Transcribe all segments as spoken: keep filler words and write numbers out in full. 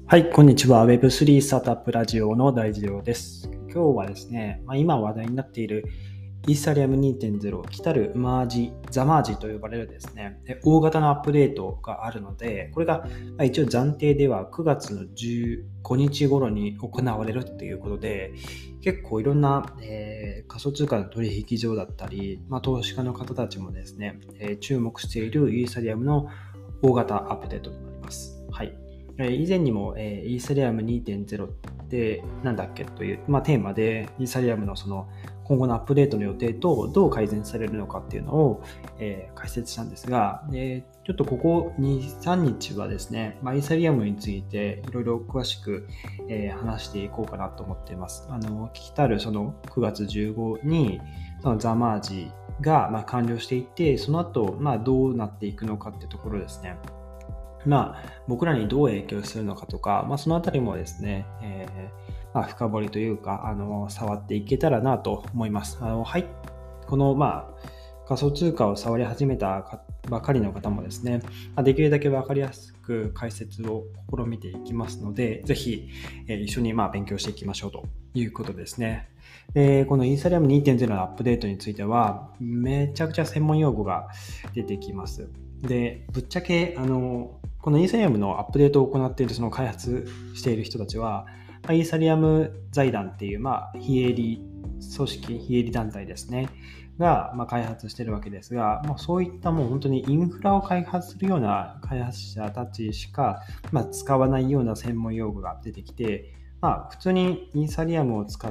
はい、こんにちは。ウェブスリー スタートアップラジオの大二郎です。今日はですね、まあ、今話題になっているイーサリアム にてんゼロ 来たるマージ、ザマージと呼ばれるですね、大型のアップデートがあるので、これが一応暫定ではくがつのじゅうごにち頃に行われるっていうことで、結構いろんな、えー仮想通貨の取引所だったり、まあ、投資家の方たちもですね、えー注目しているイーサリアムの大型アップデートとなります。はい。えー以前にも、えーイーサリアム にてんゼロ ってなんだっけという、まあ、テーマでイーサリアムのその今後のアップデートの予定とどう改善されるのかっていうのを、えー解説したんですが、えーちょっとここに、さんにちはですね、まあ、イーサリアムについていろいろ詳しく、えー話していこうかなと思っています。あの、来たるそのくがつじゅうごにそのザマージがまあ完了していって、その後、まあ、どうなっていくのかってところですね。まあ、僕らにどう影響するのかとか、まあ、そのあたりもですね、えーまあ、深掘りというか、あの、触っていけたらなと思います。あの、はい。この、まあ、仮想通貨を触り始めたかばかりの方もですね、まあできるだけわかりやすく解説を試みていきますので、ぜひ、えー一緒にまあ勉強していきましょうということですね。で、このイーサリアム にてんゼロ のアップデートについては、めちゃくちゃ専門用語が出てきます。で、ぶっちゃけ、あの、このイーサリアムのアップデートを行っている、その開発している人たちは、まあイーサリアム財団っていう、まあ、非営利組織、非営利団体ですね、が、まあ、開発しているわけですが、まあ、そういったもう本当にインフラを開発するような開発者たちしか、まあ、使わないような専門用語が出てきて、まあ、普通にイーサリアムを使って、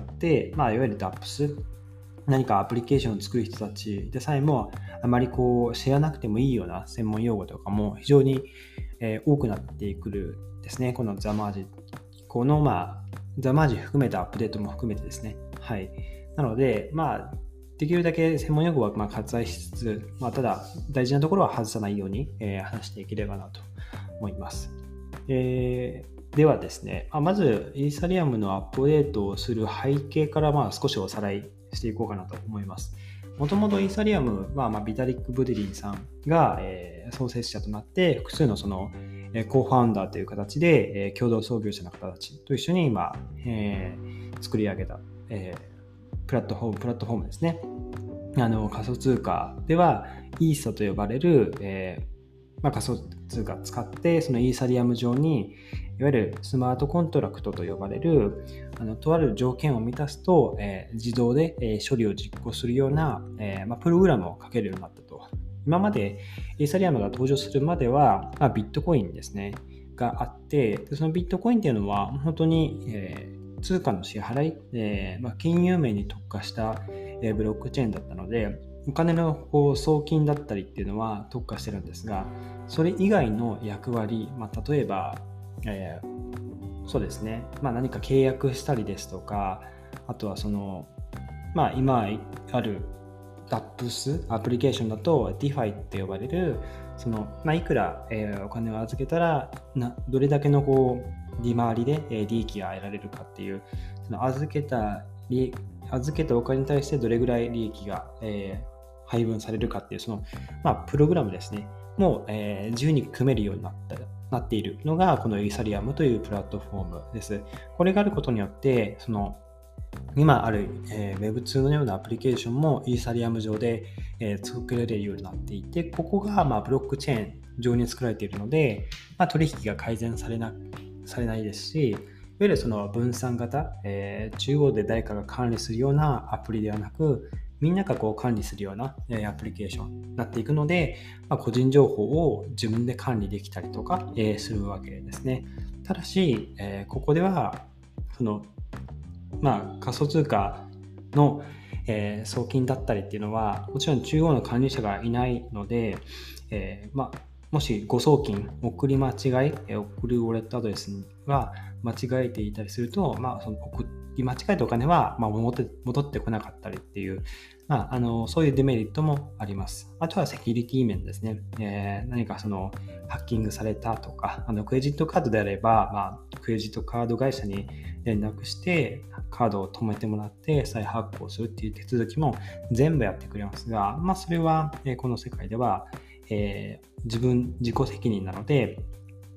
まあ、いわゆる ダップス、何かアプリケーションを作る人たちでさえもあまりこう知らなくてもいいような専門用語とかも非常に、えー多くなってくるですね。このザマージこのまあザマージ含めたアップデートも含めてですね。はい。なので、まあできるだけ専門用語はまあ割愛しつつ、まあ、ただ大事なところは外さないように、えー話していければなと思います。えーではですね、まずイーサリアムのアップデートをする背景からまあ少しおさらいしていこうかなと思います。もともとイーサリアムは、まあ、ビタリック・ブデリンさんが、えー創設者となって、複数のその、えーコーファウンダーという形で、えー共同創業者の方たちと一緒に今、えー作り上げた、えープラットフォーム、プラットフォームですね。あの仮想通貨ではイーサと呼ばれる、えーまあ、仮想通貨を使ってそのイーサリアム上にいわゆるスマートコントラクトと呼ばれるあのとある条件を満たすと、えー自動で、えー処理を実行するような、えーまあ、プログラムを書けるようになったと。今までイーサリアムが登場するまでは、まあ、ビットコインですねがあってでそのビットコインっていうのは本当に、えー通貨の支払い、えーまあ、金融面に特化したえーブロックチェーンだったので、お金のこう送金だったりっていうのは特化してるんですが、それ以外の役割、まあ、例えば、えーそうですね、まあ、何か契約したりですとか、あとはその、まあ、今ある ダップス アプリケーションだと ディファイ って呼ばれるその、まあ、いくら、えーお金を預けたらなどれだけのこう利回りで、えー利益が得られるかっていうその預けた利預けたお金に対してどれぐらい利益が、えー配分されるかっていうその、まあ、プログラムですねもう、えー自由に組めるようになったなっているのがこのイーサリアムというプラットフォームです。これがあることによってその今ある、えー、ウェブツー のようなアプリケーションもイーサリアム上で、えー作れるようになっていて、ここが、まあ、ブロックチェーン上に作られているので、まあ、取引が改善されなされないですし、いわゆるその分散型、えー中央で誰かが管理するようなアプリではなく、みんながこう管理するような、えーアプリケーションになっていくので、まあ、個人情報を自分で管理できたりとか、えーするわけですね。ただし、えーここではそのまあ、仮想通貨の、えー送金だったりっていうのはもちろん中央の管理者がいないので、えーまあ、もし誤送金送り間違い、えー送るウォレットアドレスが間違えていたりすると、まあ、その送り間違えたお金は、まあ、戻って戻ってこなかったりっていう、まあ、あのそういうデメリットもあります。あとはセキュリティ面ですね。えー何かそのハッキングされたとか、あのクレジットカードであれば、まあ、クレジットカード会社に連絡してカードを止めてもらって再発行するっていう手続きも全部やってくれますが、まあ、それは、えーこの世界では、えー自分自己責任なので、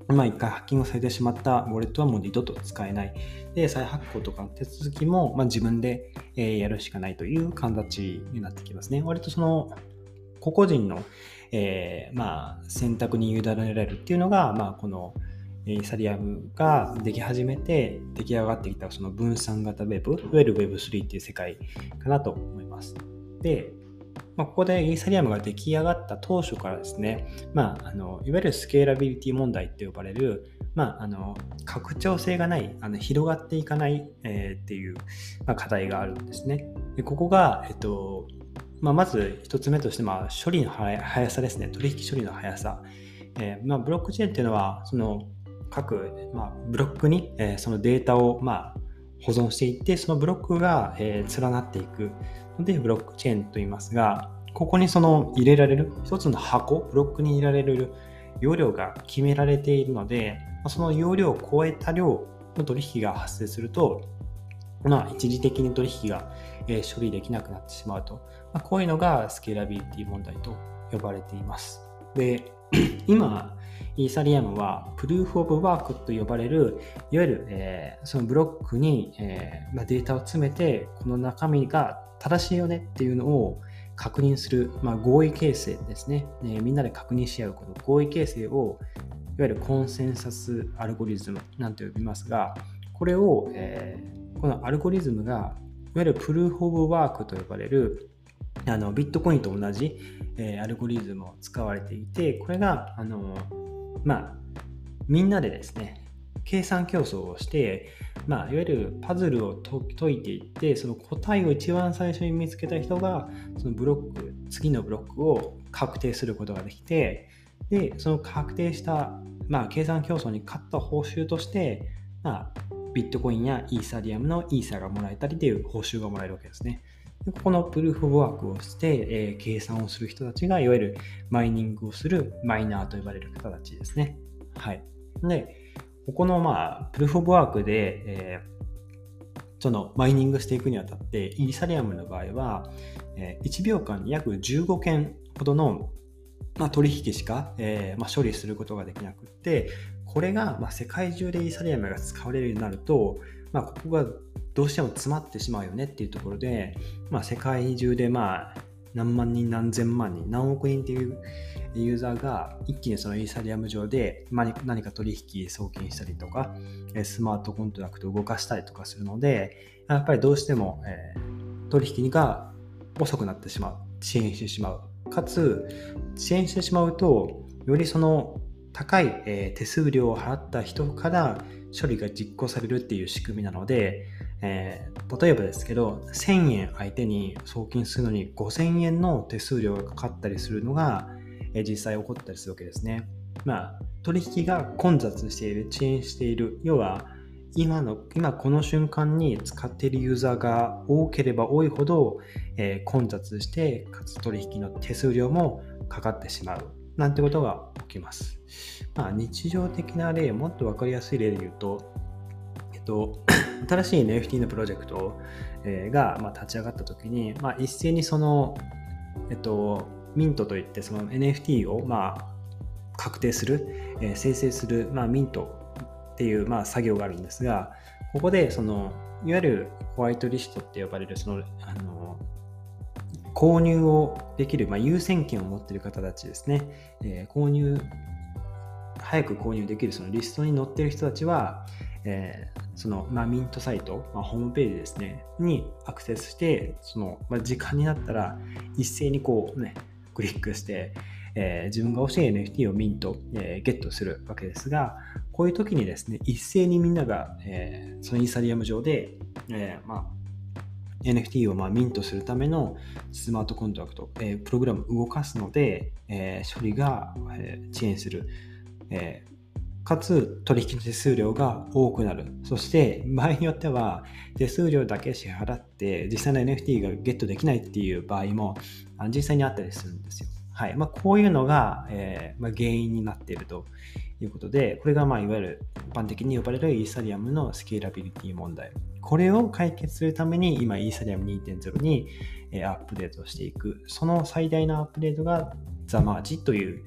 まあ、一回ハッキングされてしまったウォレットはもう二度と使えない。で、再発行とかの手続きも、まあ、自分で、えーやるしかないという形になってきますね。割とその、個々人の、えーまあ、選択に委ねられるっていうのが、まあ、このイーサリアムができ始めて出来上がってきたその分散型ウェブ、いわゆる ウェブスリー っていう世界かなと思います。で、まあ、ここでイーサリアムが出来上がった当初からですね、まあ、あのいわゆるスケーラビリティ問題って呼ばれる、まあ、あの拡張性がない、あの広がっていかない、えーっていう、まあ、課題があるんですね。でここが、えっとまあ、まず一つ目として、まあ、処理の速さですね。取引処理の速さ。えーまあ、ブロックチェーンっていうのは、その各、まあ、ブロックに、えーそのデータを、まあ、保存していって、そのブロックが、えー連なっていくので、ブロックチェーンと言いますが、ここにその入れられる、一つの箱、ブロックに入れられる容量が決められているので、その容量を超えた量の取引が発生すると、まあ、一時的に取引が、えー処理できなくなってしまうと。まあ、こういうのがスケーラビリティ問題と呼ばれています。で、今、イーサリアムはプルーフオブワークと呼ばれる、いわゆる、えーそのブロックに、えーまあ、データを詰めて、この中身が正しいよねっていうのを確認する、まあ、合意形成ですね、えーみんなで確認し合うこの合意形成を、いわゆるコンセンサスアルゴリズムなんて呼びますが、これを、えーこのアルゴリズムがいわゆるプルーフオブワークと呼ばれるあのビットコインと同じ、えーアルゴリズムを使われていて、これがあの、まあ、みんなでですね、計算競争をして、まあ、いわゆるパズルを解いていって、その答えを一番最初に見つけた人が、そのブロック、次のブロックを確定することができて、で、その確定した、まあ、計算競争に勝った報酬として、まあ、ビットコインやイーサリアムのイーサがもらえたりという報酬がもらえるわけですね。でここのプルーフオブワークをして、えー計算をする人たちが、いわゆるマイニングをするマイナーと呼ばれる方たちですね。はい。で、ここの、まあ、プルーフオブワークで、えーそのマイニングしていくにあたって、イーサリアムの場合は、えーいちびょうかんに約じゅうごけんほどの、まあ、取引しか、えーまあ、処理することができなくって、これが、まあ、世界中でイーサリアムが使われるようになると、まあ、ここがどうしても詰まってしまうよねっていうところで、まあ、世界中でまあ何万人何千万人何億人っていうユーザーが一気にそのイーサリアム上で何か取引送金したりとかスマートコントラクトを動かしたりとかするので、やっぱりどうしても、えー取引が遅くなってしまう、遅延してしまう、かつ遅延してしまうとよりその高い、えー手数料を払った人から処理が実行されるっていう仕組みなので、えー例えばですけどせんえん相手に送金するのにごせんえんの手数料がかかったりするのが、えー実際起こったりするわけですね。まあ、取引が混雑している、遅延している、要は今の今この瞬間に使っているユーザーが多ければ多いほど、えー混雑してかつ取引の手数料もかかってしまうなんてことが起きます。まあ、日常的な例、もっと分かりやすい例で言うと、えっと、新しい エヌエフティー のプロジェクトえーが、まあ、立ち上がったときに、まあ、一斉にその、えっと、ミントといってその エヌエフティー を、まあ、確定する、えー生成する、まあ、ミントっていう、まあ、作業があるんですが、ここでそのいわゆるホワイトリストって呼ばれるそのあの購入をできる、まあ、優先権を持っている方たちですね、えー購入早く購入できるそのリストに載っている人たちは、えーその、まあ、ミントサイト、まあ、ホームページですね、にアクセスして、その、まあ、時間になったら一斉にこうね、クリックして、えー自分が欲しい エヌエフティー をミント、えーゲットするわけですが、こういう時にですね、一斉にみんなが、えーそのイーサリアム上で、えーまあ、エヌエフティー をまあミントするためのスマートコントラクト、えープログラムを動かすので、えー処理が、えー遅延する。えーかつ取引の手数料が多くなる。そして場合によっては手数料だけ支払って実際の エヌエフティー がゲットできないっていう場合もあ実際にあったりするんですよ。はい。まあ、こういうのが、えーまあ、原因になっているということで、これがまあいわゆる一般的に呼ばれるイーサリアムのスケーラビリティ問題。これを解決するために今イーサリアム にてんゼロ にアップデートしていく。その最大のアップデートがザマージという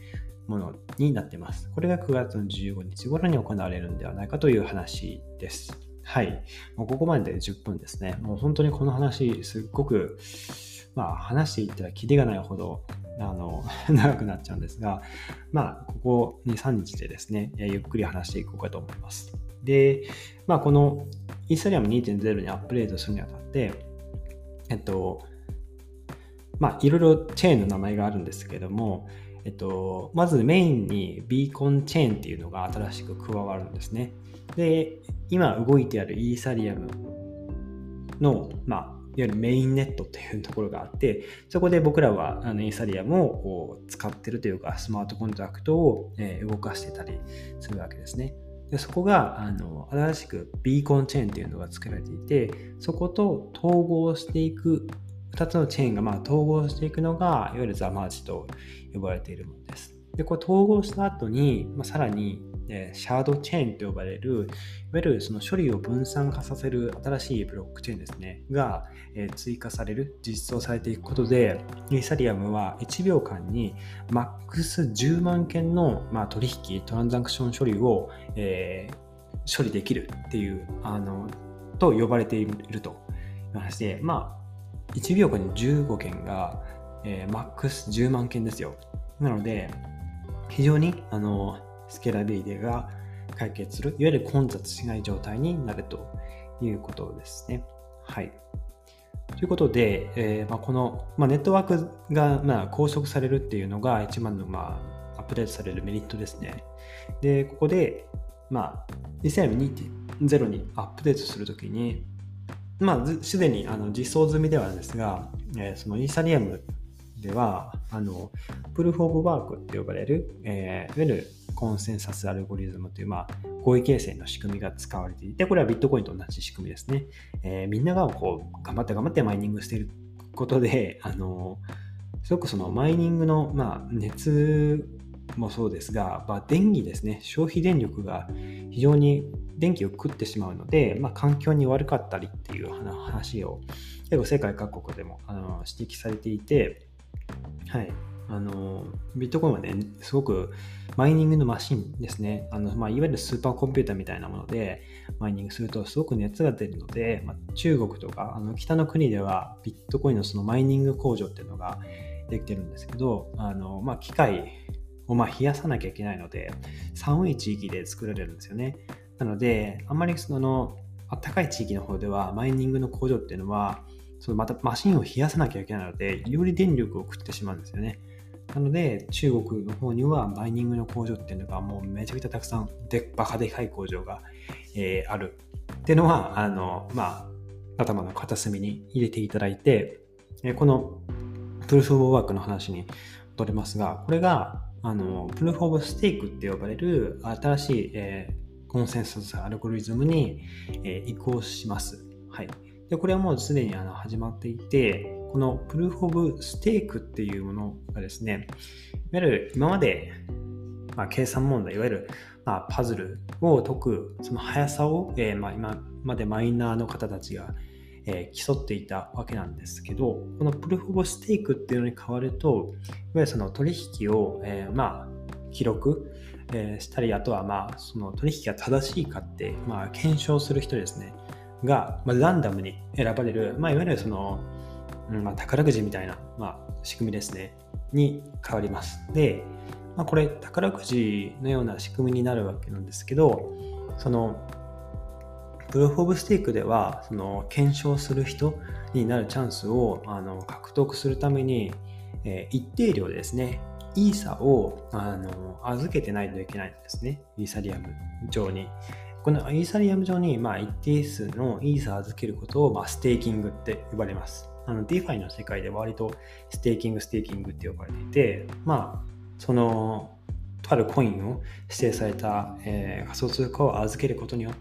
ものになっています。これがくがつのじゅうごにち頃に行われるのではないかという話です。はい。もうここまででじゅっぷんですね。もう本当にこの話、すっごく、まあ、話していったらキリがないほど、あの、長くなっちゃうんですが、まあ、ここに、さんにちでですね、ゆっくり話していこうかと思います。で、まあ、このイーサリアム にてんゼロ にアップデートするにあたって、えっと、まあ、いろいろチェーンの名前があるんですけれども、えっと、まずメインにビーコンチェーンっていうのが新しく加わるんですね。で、今動いてあるイーサリアムの、まあ、いわゆるメインネットっていうところがあって、そこで僕らはあのイーサリアムをこう使ってるというか、スマートコントラクトを、えー動かしてたりするわけですね。でそこがあの新しくビーコンチェーンっていうのが作られていて、そこと統合していくふたつのチェーンがまあ統合していくのがいわゆるザマージと呼ばれているものです。で、これ統合した後に、まあ、さらに、えーシャードチェーンと呼ばれる、いわゆるその処理を分散化させる新しいブロックチェーンですね、が、えー追加される、実装されていくことで、イーサリアムはいちびょうかんにマックスじゅうまんけんの、まあ、取引、トランザクション処理を、えー処理できるっていう、あの、と呼ばれているという話で、まあ、いちびょうかんにじゅうごけんが、えーマックスじゅうまんけんですよ。なので、非常にあのスケーラビリティが解決する、いわゆる混雑しない状態になるということですね。はい。ということで、えーまあ、この、まあ、ネットワークが、まあ、拘束されるっていうのが一番の、まあ、アップデートされるメリットですね。で、ここで、まあ、イーサリアム にてんゼロ にアップデートするときに、まあ、ずすでにあの実装済みではあるんですが、えーそのイーサリアムでは、あの、プルーフ・オブ・ワークって呼ばれる、えーいわゆるコンセンサスアルゴリズムという、まあ、合意形成の仕組みが使われていて、これはビットコインと同じ仕組みですね。えーみんながこう頑張って頑張ってマイニングしていることで、あの、すごくそのマイニングの、まあ、熱もそうですが、まあ、電気ですね、消費電力が非常に電気を食ってしまうので、まあ、環境に悪かったりっていう話を結構世界各国でもあの指摘されていて、はい。あの、ビットコインはね、すごくマイニングのマシンですね。あの、まあ、いわゆるスーパーコンピューターみたいなもので、マイニングするとすごく熱が出るので、まあ、中国とか、あの、北の国ではビットコインのそのマイニング工場っていうのができてるんですけど、あの、まあ、機械をまあ冷やさなきゃいけないので、寒い地域で作られるんですよね。なので、あんまりその、暖かい地域の方では、マイニングの工場っていうのは、そのまたマシンを冷やさなきゃいけないので、より電力を食ってしまうんですよね。なので、中国の方にはマイニングの工場っていうのがもうめちゃくちゃたくさんで、バカでかい工場が、えーあるっていうのは、あの、まあ、頭の片隅に入れていただいて、えーこのプルーフ・オブ・ワークの話に戻りますが、これが、あの、プルーフ・オブ・ステークって呼ばれる新しい、えーコンセンサスアルゴリズムに、えー移行します。はい。で、これはもうすでにあの始まっていて、このプルーフ・オブ・ステークっていうものがですね、いわゆる今まで、まあ、計算問題、いわゆる、まあ、パズルを解く、その速さを、えーまあ、今までマイナーの方たちが、えー競っていたわけなんですけど、このプルーフ・オブ・ステークっていうのに変わると、いわゆるその取引を、えーまあ、記録、えーしたり、あとは、まあ、その取引が正しいかって、まあ、検証する人ですね。が、まあ、ランダムに選ばれる、まあ、いわゆるその、うんまあ、宝くじみたいな、まあ、仕組みですね、に変わります。で、まあ、これ宝くじのような仕組みになるわけなんですけど、そのプルーフ・オブ・ステークではその検証する人になるチャンスをあの獲得するために、えー一定量ですね、イーサをあの預けてないといけないんですね、イーサリアム上に。このイーサリアム上に、まあ、一定数のイーサ預けることを、まあ、ステーキングって呼ばれます。あの DeFi の世界では割とステーキング、ステーキングって呼ばれていて、まあ、そのとあるコインを指定された、えー仮想通貨を預けることによって、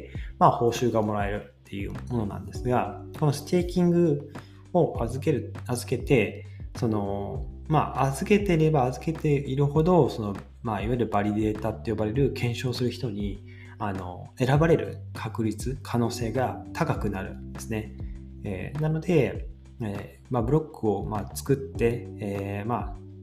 まあ、報酬がもらえるっていうものなんですが、このステーキングを預ける、預けて、その、まあ、預けてれば預けているほど、その、まあ、いわゆるバリデータって呼ばれる検証する人に、あの、選ばれる確率、可能性が高くなるんですね。えーなので、えーまあ、ブロックを、まあ、作って、えーまあ、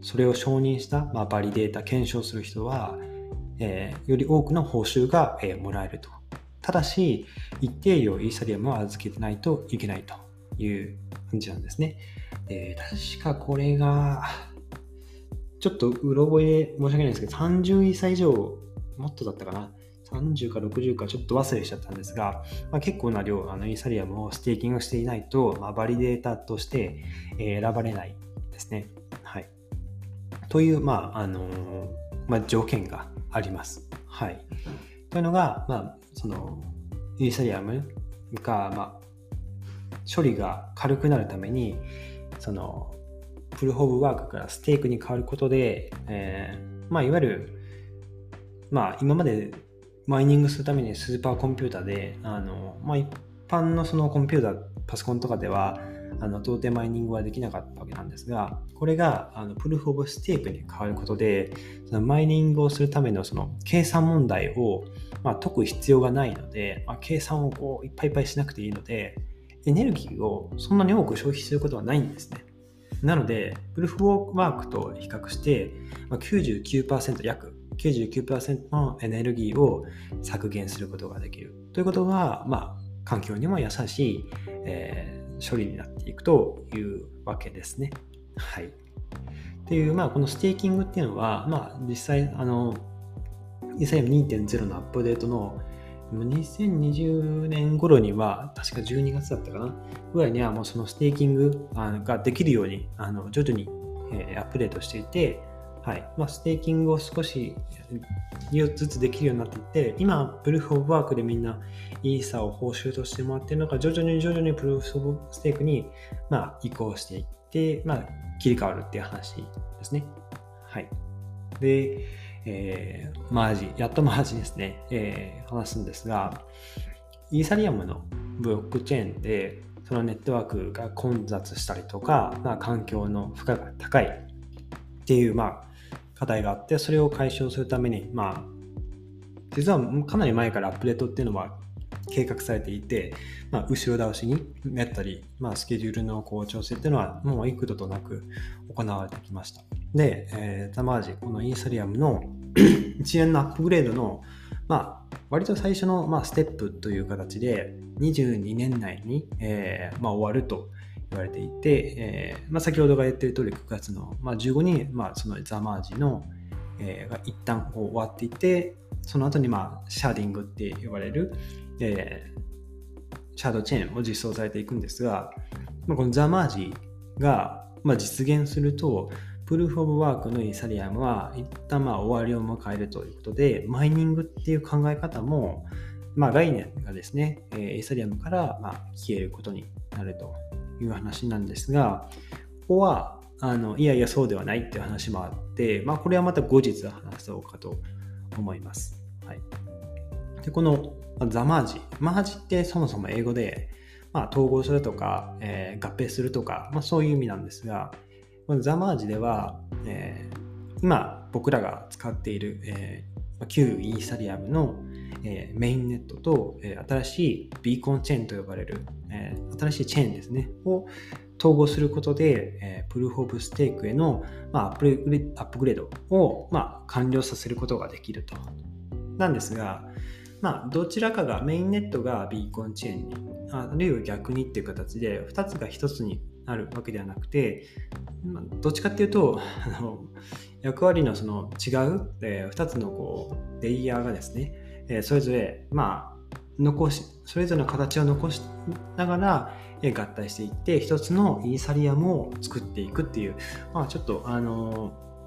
それを承認した、まあ、バリデータ検証する人は、えーより多くの報酬が、えーもらえると。ただし、一定量イーサリアムを預けてないといけないという感じなんですね。で、確かこれが、ちょっとうろ覚え申し訳ないんですけど、さんじゅうイーサ以上、もっとだったかな。さんじゅうかろくじゅうかちょっと忘れしちゃったんですが、まあ、結構な量あのイーサリアムをステーキングしていないと、まあ、バリデータとして、えー選ばれないですね。はい。という、まああのーまあ、条件があります。はい。というのが、まあ、そのイーサリアムが、まあ、処理が軽くなるために、そのプルーフ・オブ・ワークからステークに変わることで、えーまあ、いわゆる、まあ、今までマイニングするためにスーパーコンピューターで、あの、まあ、一般のそのコンピューター、パソコンとかでは、あの到底マイニングはできなかったわけなんですが、これがあのプルーフ・オブ・ステークに変わることで、そのマイニングをするためのその計算問題を、まあ、解く必要がないので、まあ、計算をこういっぱいいっぱいしなくていいので、エネルギーをそんなに多く消費することはないんですね。なので、プルーフ・オブ・ワークと比較して、まあ、きゅうじゅうきゅうパーセント、約きゅうじゅうきゅうパーセントのエネルギーを削減することができる。ということが、まあ、環境にも優しい、えー処理になっていくというわけですね。はい。っていう、まあ、このステーキングっていうのは、まあ、実際、あの、イーサリアム にてんゼロ のアップデートのにせんにじゅうねん頃には、確かじゅうにがつだったかな、ぐらいにはもうそのステーキングができるように、あの徐々に、えーアップデートしていて、はいまあ、ステーキングを少しずつできるようになっていって、今、プルーフ・オブ・ワークでみんなイーサを報酬としてもらっているのが、徐々に徐々にプルーフ・オブ・ステークに、まあ、移行していって、まあ、切り替わるっていう話ですね。はい。で、えーマージ、やっとマージですね、えー話すんですが、イーサリアムのブロックチェーンで、そのネットワークが混雑したりとか、まあ、環境の負荷が高いっていう、まあ、課題があって、それを解消するために、まあ、実はかなり前からアップデートっていうのは計画されていて、まあ、後ろ倒しになったり、まあ、スケジュールのこう調整っていうのはもう幾度となく行われてきました。で、えー、ザマージ、このイーサリアムの一連のアップグレードの、まあ、割と最初の、まあ、ステップという形でにじゅうにねん内に、えーまあ、終わると言われていて、えーまあ、先ほどが言っている通りくがつの、まあ、じゅうごに、まあ、そのザマージの、えー、が一旦こう終わっていて、その後に、まあ、シャーディングって呼ばれる、えー、シャードチェーンも実装されていくんですが、まあ、このザマージが、まあ、実現すると、プルーフ・オブ・ワークのイーサリアムは一旦まあ終わりを迎えるということで、マイニングっていう考え方も、まあ、概念がですね、イーサリアムからまあ消えることになるという話なんですが、ここはあのいやいやそうではないっていう話もあって、まあ、これはまた後日話そうかと思います。はい、でこのザマージ、マージってそもそも英語で、まあ、統合するとか、えー合併するとか、まあ、そういう意味なんですが、このザマージでは、えー今僕らが使っている、えー旧イーサリアムの、えーメインネットと、えー新しいビーコンチェーンと呼ばれる、えー新しいチェーンですね、を統合することで、えープルーフ・オブ・ステークへの、まあ、アップグレアップグレードを、まあ、完了させることができると。なんですが、まあ、どちらかが、メインネットがビーコンチェーンに、あるいは逆にっていう形で、ふたつがひとつになるわけではなくて、まあどっちかっていうと、あの役割のその違う、えーふたつのこうレイヤーがですね、えーそれぞれ、まあ、残し、それぞれの形を残しながら、えー合体していって、ひとつのイーサリアムを作っていくっていう、まあ、ちょっと、あの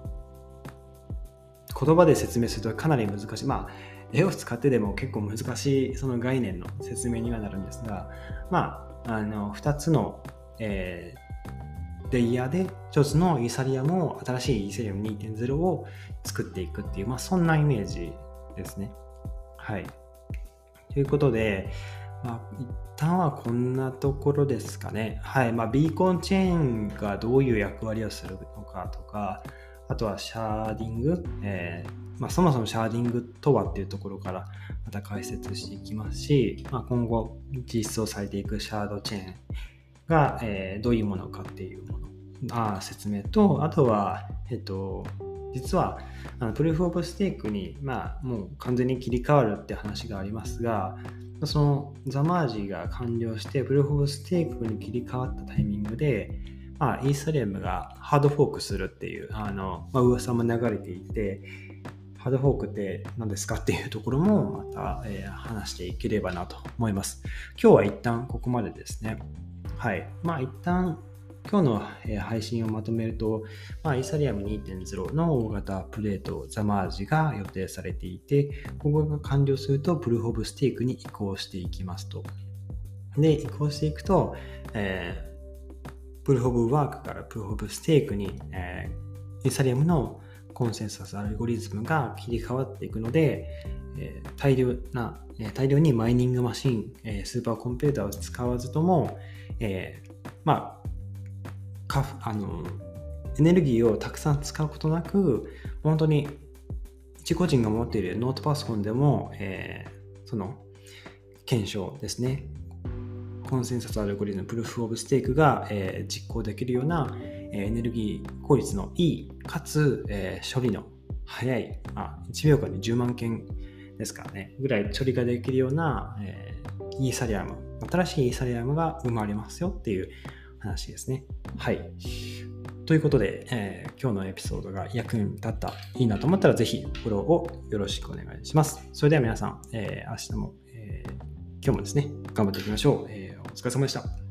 ー言葉で説明するとかなり難しい。まあ絵を使ってでも結構難しいその概念の説明にはなるんですが、まあ、あのふたつの、えー、レイヤーでひとつのイーサリアムを、新しいイーサリアム にてんゼロ を作っていくっていう、まあ、そんなイメージですね。はい。ということで、まあ、一旦はこんなところですかね。はい。まあ、ビーコンチェーンがどういう役割をするのかとか、あとはシャーディング、えーまあ、そもそもシャーディングとはっていうところからまた解説していきますし、まあ、今後実装されていくシャードチェーンが、えーどういうものかっていうもの、 あ説明と、あとは、えっと、実はあのプルーフオブステークに、まあ、もう完全に切り替わるって話がありますが、そのザマージが完了してプルーフオブステークに切り替わったタイミングで、まあ、イーサリアムがハードフォークするっていうあの、まあ、噂も流れていて、ハードフォークって何ですかっていうところもまた、えー話していければなと思います。今日は一旦ここまでですね。はい。まあ一旦今日のえー配信をまとめると、まあ、イーサリアム にてんゼロ の大型プレートザマージが予定されていて、ここが完了するとプルーフオブステークに移行していきますと。で、移行していくと、えープルーフオブワークからプルーフオブステークに、えーイーサリアムのコンセンサスアルゴリズムが切り替わっていくので、えー大量な、えー大量にマイニングマシン、えースーパーコンピューターを使わずとも、えーまあかあのエネルギーをたくさん使うことなく、本当に一個人が持っているノートパソコンでも、えーその検証ですね、コンセンサスアルゴリズムプルーフオブステークが、えー実行できるような、えーエネルギー効率のいいかつ、えー処理の早い、まあ、いちびょうかんにじゅうまんけんですからねぐらい処理ができるような、えーイーサリアム、新しいイーサリアムが生まれますよっていう話ですね。はい。ということで、えー今日のエピソードが役に立った、いいなと思ったらぜひフォローをよろしくお願いします。それでは皆さん、えー明日も、えー今日もですね、頑張っていきましょう。えーお疲れ様でした。